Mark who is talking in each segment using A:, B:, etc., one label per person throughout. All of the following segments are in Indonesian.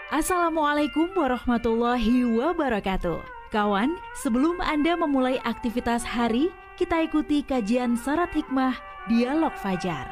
A: Assalamualaikum warahmatullahi wabarakatuh. Kawan, sebelum Anda memulai aktivitas hari, kita ikuti kajian syarat hikmah Dialog Fajar.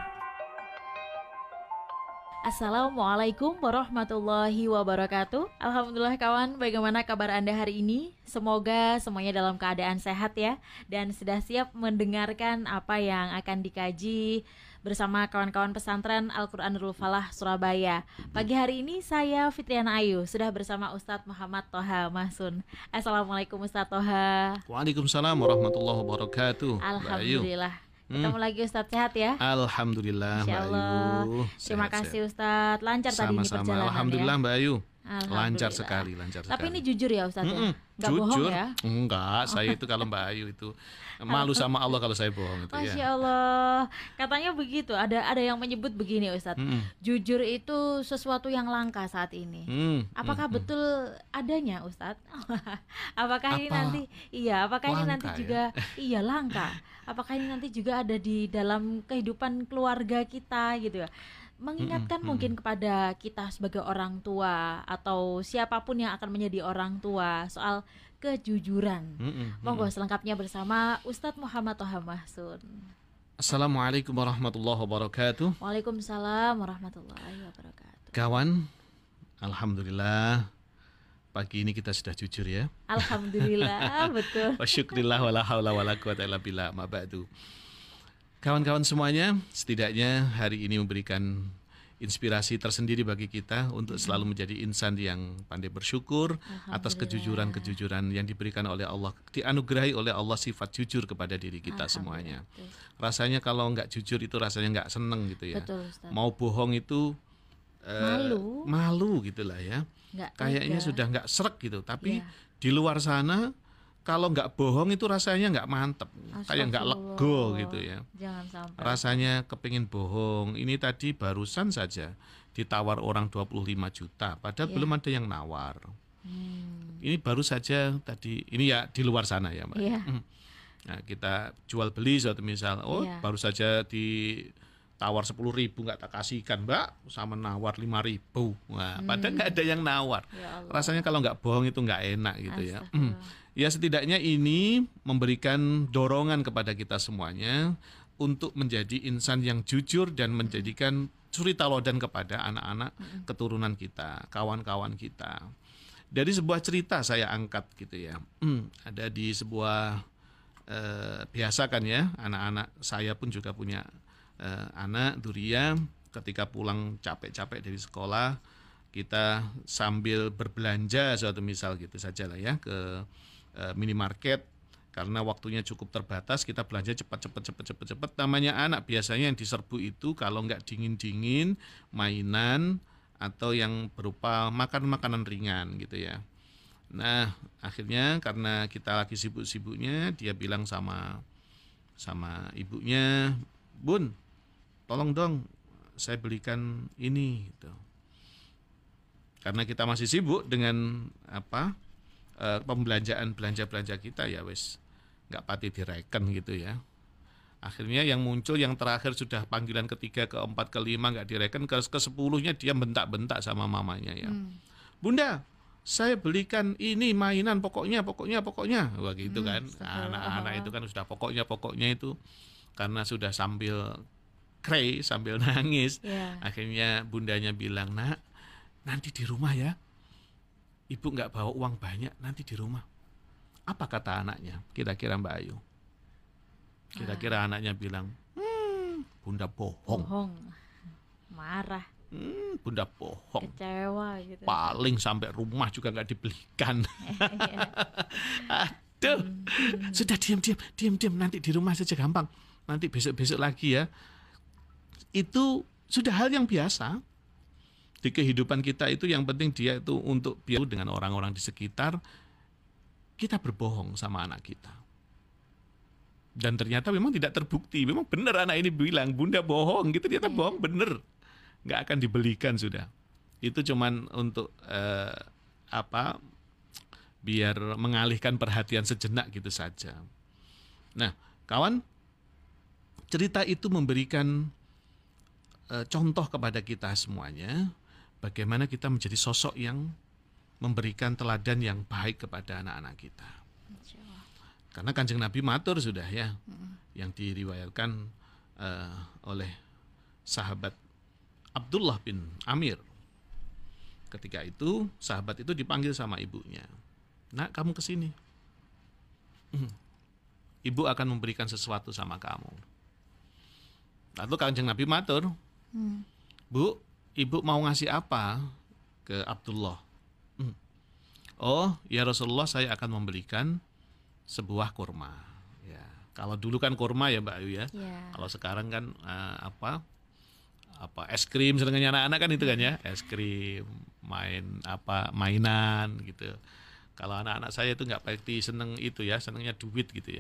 A: Assalamualaikum warahmatullahi wabarakatuh. Alhamdulillah kawan, bagaimana kabar Anda hari ini? Semoga semuanya dalam keadaan sehat ya, dan sudah siap mendengarkan apa yang akan dikaji bersama kawan-kawan pesantren Al-Quranul Falah Surabaya. Pagi hari ini saya Fitriana Ayu sudah bersama Ustadz Muhammad Toha Mahsun. Assalamualaikum Ustadz Toha.
B: Waalaikumsalam warahmatullahi wabarakatuh.
A: Alhamdulillah. Ketemu lagi Ustadz, sehat ya?
B: Alhamdulillah Mbak Ayu.
A: Terima kasih Ustadz. Lancar tadi ini perjalanan.
B: Alhamdulillah ya? Mbak Ayu.
A: Lancar
B: sekali.
A: Tapi ini jujur ya Ustadz ya? Nggak
B: jujur
A: bohong ya?
B: Enggak, saya itu kalau Mbak Ayu itu malu sama Allah kalau saya bohong itu.
A: Masya Allah. Katanya begitu, ada yang menyebut begini Ustadz, jujur itu sesuatu yang langka saat ini. Apakah betul adanya Ustadz? Apakah ini nanti apakah ini nanti juga langka? Apakah ini nanti juga ada di dalam kehidupan keluarga kita gitu ya? Mengingatkan mungkin kepada kita sebagai orang tua atau siapapun yang akan menjadi orang tua soal kejujuran. Monggo selengkapnya bersama Ustadz Muhammad Toha Mahsun.
B: Assalamualaikum warahmatullahi wabarakatuh.
A: Waalaikumsalam warahmatullahi wabarakatuh.
B: Kawan, alhamdulillah pagi ini kita sudah jujur ya.
A: Alhamdulillah, betul.
B: Wa syukrillah wala haula wala quwata illa billah, ma ba'du. Kawan-kawan semuanya, setidaknya hari ini memberikan inspirasi tersendiri bagi kita untuk selalu menjadi insan yang pandai bersyukur atas kejujuran-kejujuran yang diberikan oleh Allah, dianugerahi oleh Allah sifat jujur kepada diri kita semuanya. Rasanya kalau nggak jujur itu rasanya nggak seneng gitu ya.
A: Betul,
B: mau bohong itu malu gitulah ya. Kayaknya sudah nggak srek gitu. Tapi di luar sana kalau nggak bohong itu rasanya nggak mantep, kayak nggak lego gitu ya.
A: Jangan sampai.
B: Rasanya kepingin bohong. Ini tadi barusan saja ditawar orang 25 juta, padahal belum ada yang nawar. Ini baru saja tadi, ini ya di luar sana ya Mbak. Nah, kita jual beli suatu misal, baru saja ditawar 10.000 nggak tak kasihkan Mbak, sama nawar 5.000. Nah, padahal nggak ada yang nawar. Rasanya kalau nggak bohong itu nggak enak gitu ya. Ya setidaknya ini memberikan dorongan kepada kita semuanya untuk menjadi insan yang jujur dan menjadikan suri teladan kepada anak-anak keturunan kita, kawan-kawan kita. Dari sebuah cerita saya angkat gitu ya. Ada di sebuah biasa kan ya, anak-anak saya pun juga punya anak Duria, ketika pulang capek-capek dari sekolah, kita sambil berbelanja suatu misal gitu saja lah ya ke minimarket, karena waktunya cukup terbatas, kita belanja cepat. Namanya anak biasanya yang diserbu itu kalau nggak dingin-dingin, mainan atau yang berupa makanan ringan gitu ya. Nah akhirnya karena kita lagi sibuk-sibuknya, dia bilang sama ibunya, "Bun, tolong dong saya belikan ini," gitu. Karena kita masih sibuk dengan belanja kita ya wes nggak pati direken gitu ya. Akhirnya yang muncul yang terakhir sudah panggilan ketiga, keempat, kelima nggak direken, ke 10-nya dia bentak-bentak sama mamanya ya. "Bunda, saya belikan ini mainan pokoknya." Wah gitu kan. Anak-anak itu kan sudah pokoknya itu karena sudah sambil sambil nangis. Akhirnya bundanya bilang, "Nak, nanti di rumah ya, Ibu nggak bawa uang banyak, nanti di rumah." Apa kata anaknya? Kira-kira Mbak Ayu? Kira-kira anaknya bilang, "Bunda bohong."
A: Marah.
B: Bunda bohong.
A: Kecewa gitu.
B: Paling sampai rumah juga nggak dibelikan. Aduh, sudah diam, nanti di rumah saja gampang. Nanti besok lagi ya. Itu sudah hal yang biasa. Di kehidupan kita itu yang penting dia itu untuk biar dengan orang-orang di sekitar kita berbohong sama anak kita. Dan ternyata memang tidak terbukti. Memang benar anak ini bilang, "Bunda bohong," gitu. Ternyata bohong bener. Nggak akan dibelikan sudah. Itu cuman untuk biar mengalihkan perhatian sejenak gitu saja. Nah, kawan, cerita itu memberikan contoh kepada kita semuanya bagaimana kita menjadi sosok yang memberikan teladan yang baik kepada anak-anak kita. Karena Kanjeng Nabi matur sudah ya, yang diriwayatkan oleh sahabat Abdullah bin Amir. Ketika itu sahabat itu dipanggil sama ibunya. Nak, kamu kesini. Ibu akan memberikan sesuatu sama kamu. Lalu Kanjeng Nabi matur, Bu, ibu mau ngasih apa ke Abdullah? Oh, ya Rasulullah, saya akan memberikan sebuah kurma. Ya, kalau dulu kan kurma ya Mbak Ayu ya. Kalau sekarang kan apa es krim senengnya anak-anak kan itu kan ya, es krim, mainan gitu. Kalau anak-anak saya itu nggak pasti seneng itu ya, senengnya duit gitu ya.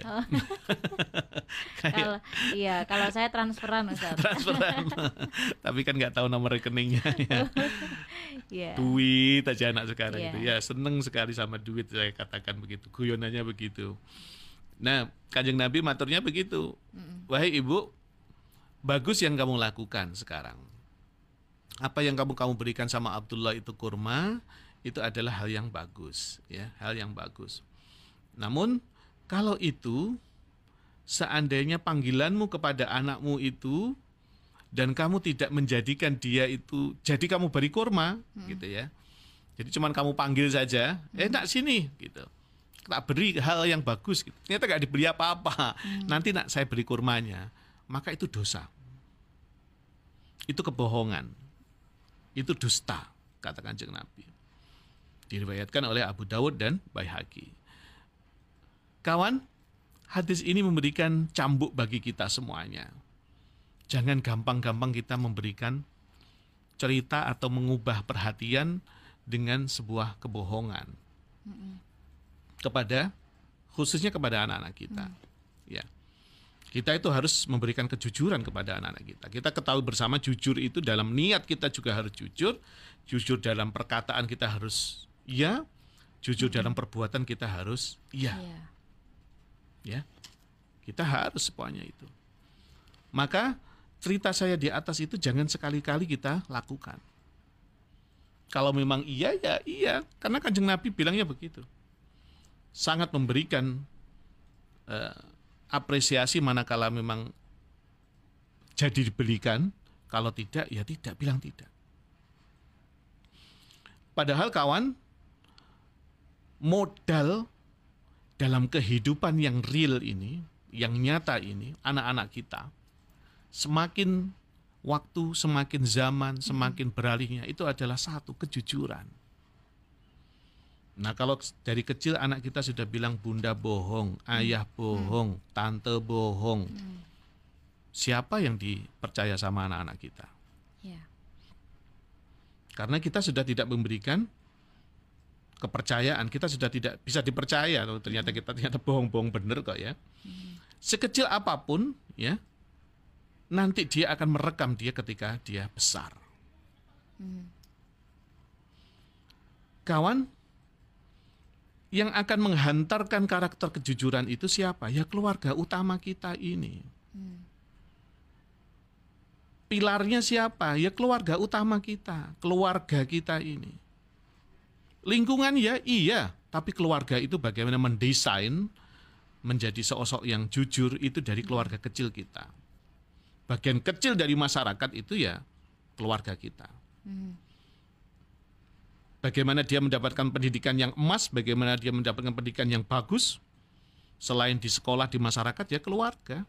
A: Kalau saya transferan Ustaz.
B: Transferan. Tapi kan nggak tahu nomor rekeningnya ya. Duit aja anak sekarang itu ya, seneng sekali sama duit, saya katakan begitu, guyonannya begitu. Nah, Kanjeng Nabi maturnya begitu. Wahai ibu, bagus yang kamu lakukan sekarang. Apa yang kamu berikan sama Abdullah itu kurma, itu adalah hal yang bagus, ya, hal yang bagus. Namun kalau itu seandainya panggilanmu kepada anakmu itu dan kamu tidak menjadikan dia itu jadi kamu beri kurma, gitu ya. Jadi cuman kamu panggil saja, nak sini, gitu. Tak beri hal yang bagus, gitu. Ternyata gak diberi apa-apa. Nanti nak saya beri kurmanya, maka itu dosa. Itu kebohongan. Itu dusta, kata Kanjeng Nabi. Diriwayatkan oleh Abu Dawud dan Baihaqi. Kawan, hadis ini memberikan cambuk bagi kita semuanya. Jangan gampang-gampang kita memberikan cerita atau mengubah perhatian dengan sebuah kebohongan. Khususnya kepada anak-anak kita. Ya. Kita itu harus memberikan kejujuran kepada anak-anak kita. Kita ketahui bersama jujur itu dalam niat kita juga harus jujur dalam perkataan kita harus iya, jujur dalam perbuatan kita harus iya. Ya. Kita harus semuanya itu. Maka cerita saya di atas itu jangan sekali-kali kita lakukan. Kalau memang iya ya iya, karena Kanjeng Nabi bilangnya begitu. Sangat memberikan apresiasi manakala memang jadi dibelikan, kalau tidak ya tidak, bilang tidak. Padahal kawan, modal dalam kehidupan yang real ini, yang nyata ini, anak-anak kita, semakin waktu, semakin zaman, semakin beralihnya, itu adalah satu, kejujuran. Nah, kalau dari kecil anak kita sudah bilang bunda bohong, ayah bohong, tante bohong, siapa yang dipercaya sama anak-anak kita? Karena kita sudah tidak memberikan kepercayaan, kita sudah tidak bisa dipercaya. Ternyata kita bohong-bohong bener kok ya. Sekecil apapun ya, nanti dia akan merekam dia ketika dia besar. Kawan, yang akan menghantarkan karakter kejujuran itu siapa? Ya keluarga utama kita ini. Pilarnya siapa? Ya keluarga utama kita, keluarga kita ini. Lingkungan ya iya, tapi keluarga itu bagaimana mendesain menjadi sosok yang jujur itu dari keluarga kecil kita. Bagian kecil dari masyarakat itu ya keluarga kita. Bagaimana dia mendapatkan pendidikan yang emas, bagaimana dia mendapatkan pendidikan yang bagus, selain di sekolah, di masyarakat, ya keluarga.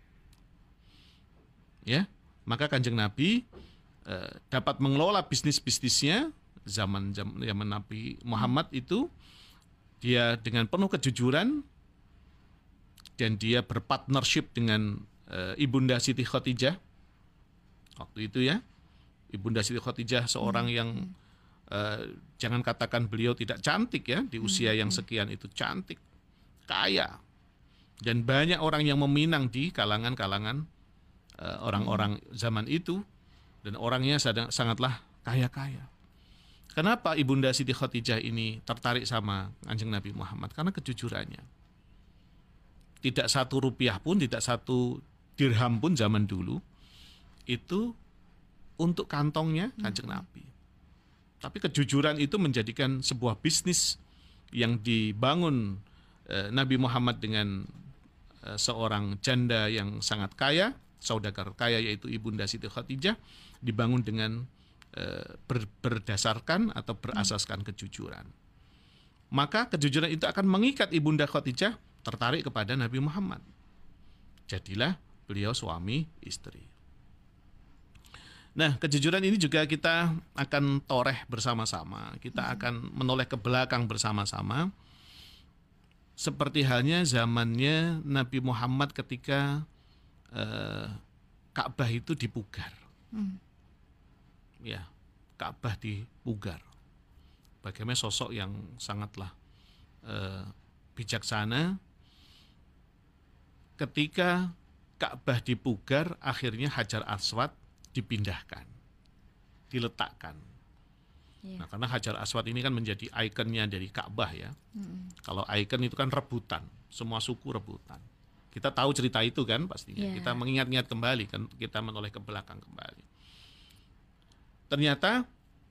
B: Ya, maka Kanjeng Nabi dapat mengelola bisnisnya. Zaman Nabi Muhammad itu dia dengan penuh kejujuran dan dia berpartnership dengan Ibunda Siti Khadijah waktu itu ya. Ibunda Siti Khadijah seorang yang jangan katakan beliau tidak cantik ya, di usia yang sekian itu cantik, kaya, dan banyak orang yang meminang di kalangan orang-orang zaman itu, dan orangnya sangatlah kaya-kaya. Kenapa Ibunda Siti Khadijah ini tertarik sama Kanjeng Nabi Muhammad? Karena kejujurannya. Tidak satu rupiah pun, tidak satu dirham pun zaman dulu itu untuk kantongnya Kanjeng Nabi. Tapi kejujuran itu menjadikan sebuah bisnis yang dibangun Nabi Muhammad dengan seorang janda yang sangat kaya, saudagar kaya yaitu Ibunda Siti Khadijah, dibangun dengan berdasarkan atau berasaskan kejujuran. Maka kejujuran itu akan mengikat Ibunda Khadijah tertarik kepada Nabi Muhammad. Jadilah beliau suami istri. Nah, kejujuran ini juga kita akan toreh bersama-sama. Kita akan menoleh ke belakang bersama-sama. Seperti halnya zamannya Nabi Muhammad ketika Ka'bah itu dipugar. Ya, Ka'bah dipugar. Bagaimana sosok yang sangatlah bijaksana. Ketika Ka'bah dipugar, akhirnya Hajar Aswad dipindahkan, diletakkan. Nah, karena Hajar Aswad ini kan menjadi ikonnya dari Ka'bah ya. Kalau ikon itu kan rebutan, semua suku rebutan. Kita tahu cerita itu kan pastinya. Kita mengingat-ingat kembali, kan kita menoleh ke belakang kembali. Ternyata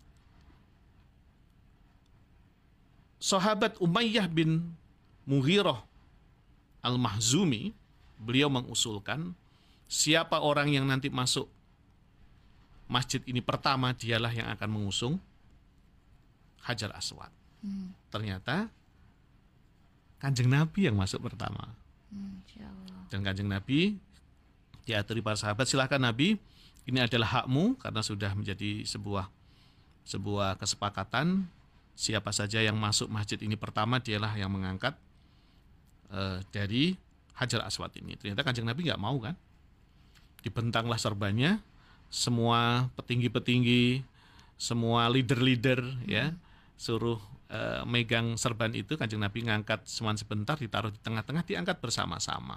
B: sahabat Umayyah bin Mughirah Al-Mahzumi, beliau mengusulkan siapa orang yang nanti masuk masjid ini pertama, dialah yang akan mengusung Hajar Aswad. Ternyata Kanjeng Nabi yang masuk pertama. Dan Kanjeng Nabi diaturi para sahabat, silakan Nabi, ini adalah hakmu karena sudah menjadi sebuah kesepakatan. Siapa saja yang masuk masjid ini pertama, dialah yang mengangkat dari Hajar Aswad ini. Ternyata Kanjeng Nabi nggak mau kan. Dibentanglah serbannya, semua petinggi-petinggi, semua leader-leader ya, suruh megang serban itu. Kanjeng Nabi ngangkat cuma sebentar, ditaruh di tengah-tengah, diangkat bersama-sama.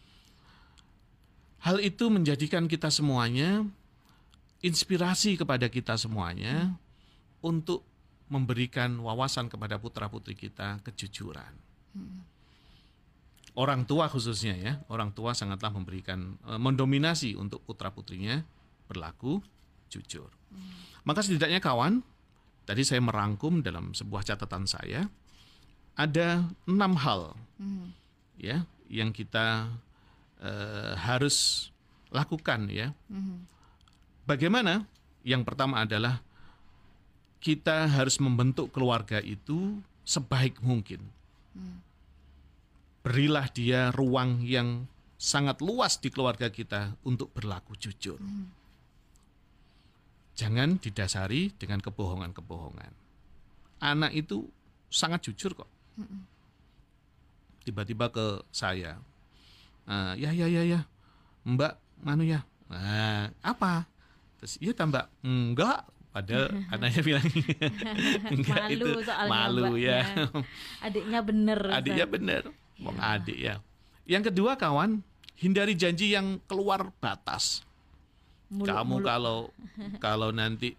B: Hal itu menjadikan kita semuanya, inspirasi kepada kita semuanya untuk memberikan wawasan kepada putra-putri kita kejujuran. Orang tua khususnya ya, orang tua sangatlah memberikan, mendominasi untuk putra-putrinya berlaku jujur. Maka setidaknya kawan, tadi saya merangkum dalam sebuah catatan saya, ada 6 hal ya yang kita harus lakukan ya. Bagaimana? Yang pertama adalah kita harus membentuk keluarga itu sebaik mungkin. Berilah dia ruang yang sangat luas di keluarga kita untuk berlaku jujur. Jangan didasari dengan kebohongan-kebohongan. Anak itu sangat jujur kok. Tiba-tiba ke saya, ya, Mbak, manu ya, apa? Terus iya Mbak, enggak. Padahal anaknya bilang enggak,
A: malu
B: itu
A: soalnya
B: malu ya.
A: Adiknya bener.
B: Adiknya bener, mau adik ya. Yang kedua kawan, hindari janji yang keluar batas. Kamu kalau nanti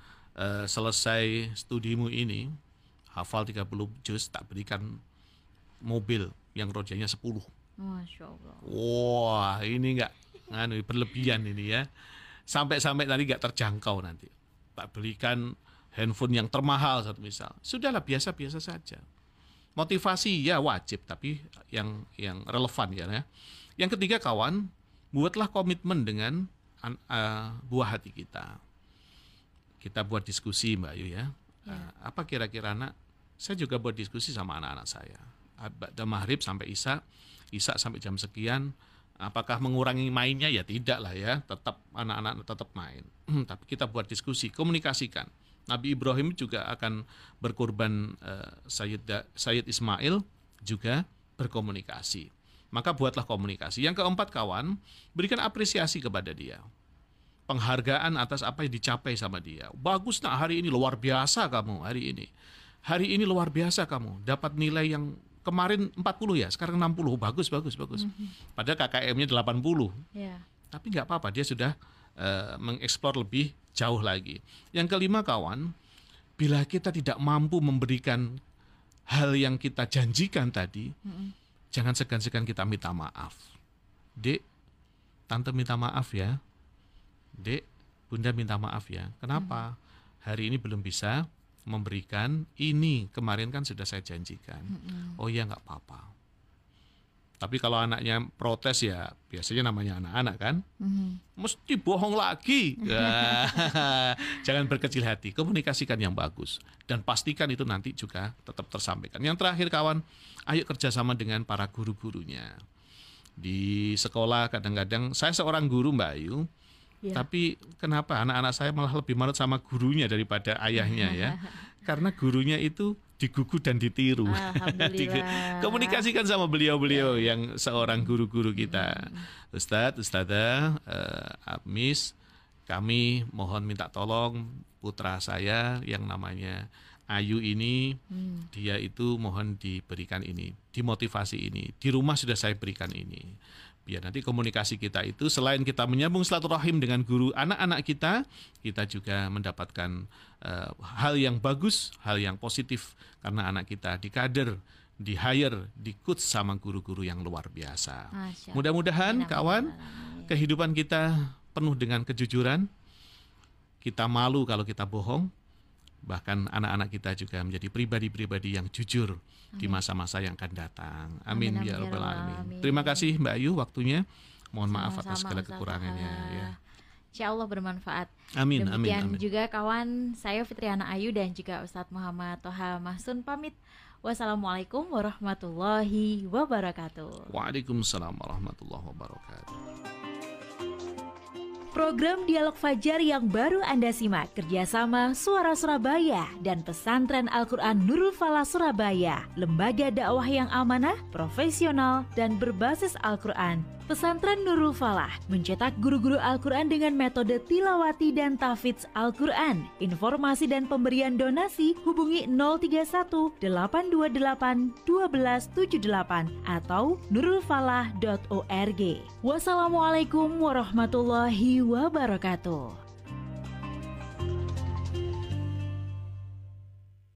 B: selesai studimu ini, hafal 30 juz, tak berikan mobil yang rodanya 10.
A: Masya Allah.
B: Wah, ini enggak berlebihan ini ya. Sampai-sampai nanti enggak terjangkau nanti. Tak belikan handphone yang termahal satu misal. Sudahlah, biasa-biasa saja. Motivasi ya wajib, tapi yang relevan ya. Yang ketiga kawan, buatlah komitmen dengan buah hati kita. Kita buat diskusi Mbak Ayu ya. Apa kira-kira anak? Saya juga buat diskusi sama anak-anak saya. Ba'da maghrib sampai Isya sampai jam sekian. Apakah mengurangi mainnya? Ya tidak lah ya. Tetap anak-anak tetap main. Tapi kita buat diskusi, komunikasikan. Nabi Ibrahim juga akan berkorban Sayyid Ismail juga berkomunikasi. Maka buatlah komunikasi. Yang keempat kawan, berikan apresiasi kepada dia. Penghargaan atas apa yang dicapai sama dia. Bagus nak, hari ini luar biasa kamu hari ini. Hari ini luar biasa kamu. Dapat nilai yang kemarin 40 ya, sekarang 60. Bagus. Padahal KKM-nya 80. Yeah. Tapi nggak apa-apa, dia sudah mengeksplor lebih jauh lagi. Yang kelima kawan, bila kita tidak mampu memberikan hal yang kita janjikan tadi, jangan segan-segan kita minta maaf. Dek, tante minta maaf ya. Dek, bunda minta maaf ya. Kenapa? Hari ini belum bisa memberikan ini, kemarin kan sudah saya janjikan. Oh ya nggak apa-apa. Tapi kalau anaknya protes ya biasanya namanya anak-anak kan, mesti bohong lagi. Jangan berkecil hati, komunikasikan yang bagus dan pastikan itu nanti juga tetap tersampaikan. Yang terakhir kawan, ayo kerjasama dengan para guru-gurunya. Di sekolah kadang-kadang saya seorang guru Mbak Ayu, tapi kenapa anak-anak saya malah lebih manut sama gurunya daripada ayahnya ya? Karena gurunya itu digugu dan ditiru. Komunikasikan sama beliau-beliau yang seorang guru-guru kita. Ustadz, Ustadzah, Miss, kami mohon minta tolong putra saya yang namanya Ayu ini, dia itu mohon diberikan ini, dimotivasi ini. Di rumah sudah saya berikan ini. Biar nanti komunikasi kita itu selain kita menyambung silaturahim dengan guru anak-anak kita juga mendapatkan hal yang bagus, hal yang positif karena anak kita dikader, di-hire, di-coach sama guru-guru yang luar biasa. Mudah-mudahan kawan, kehidupan kita penuh dengan kejujuran, kita malu kalau kita bohong, bahkan anak-anak kita juga menjadi pribadi-pribadi yang jujur di masa-masa yang akan datang. Amin ya rabbal alamin. Terima kasih Mbak Ayu waktunya. Mohon maaf atas segala kekurangannya ya.
A: Insya Allah bermanfaat.
B: Amin.
A: Demikian juga kawan, saya Fitriana Ayu dan juga Ustadz Muhammad Toha Mahsun pamit. Wassalamualaikum warahmatullahi wabarakatuh.
B: Waalaikumsalam warahmatullahi wabarakatuh.
C: Program Dialog Fajar yang baru Anda simak kerjasama Suara Surabaya dan Pesantren Al-Quran Nurul Falah Surabaya, lembaga dakwah yang amanah, profesional, dan berbasis Al-Quran. Pesantren Nurul Falah mencetak guru-guru Al-Quran dengan metode tilawati dan tahfidz Al-Quran. Informasi dan pemberian donasi hubungi 031 828 1278 atau nurulfalah.org. Wassalamualaikum warahmatullahi wabarakatuh.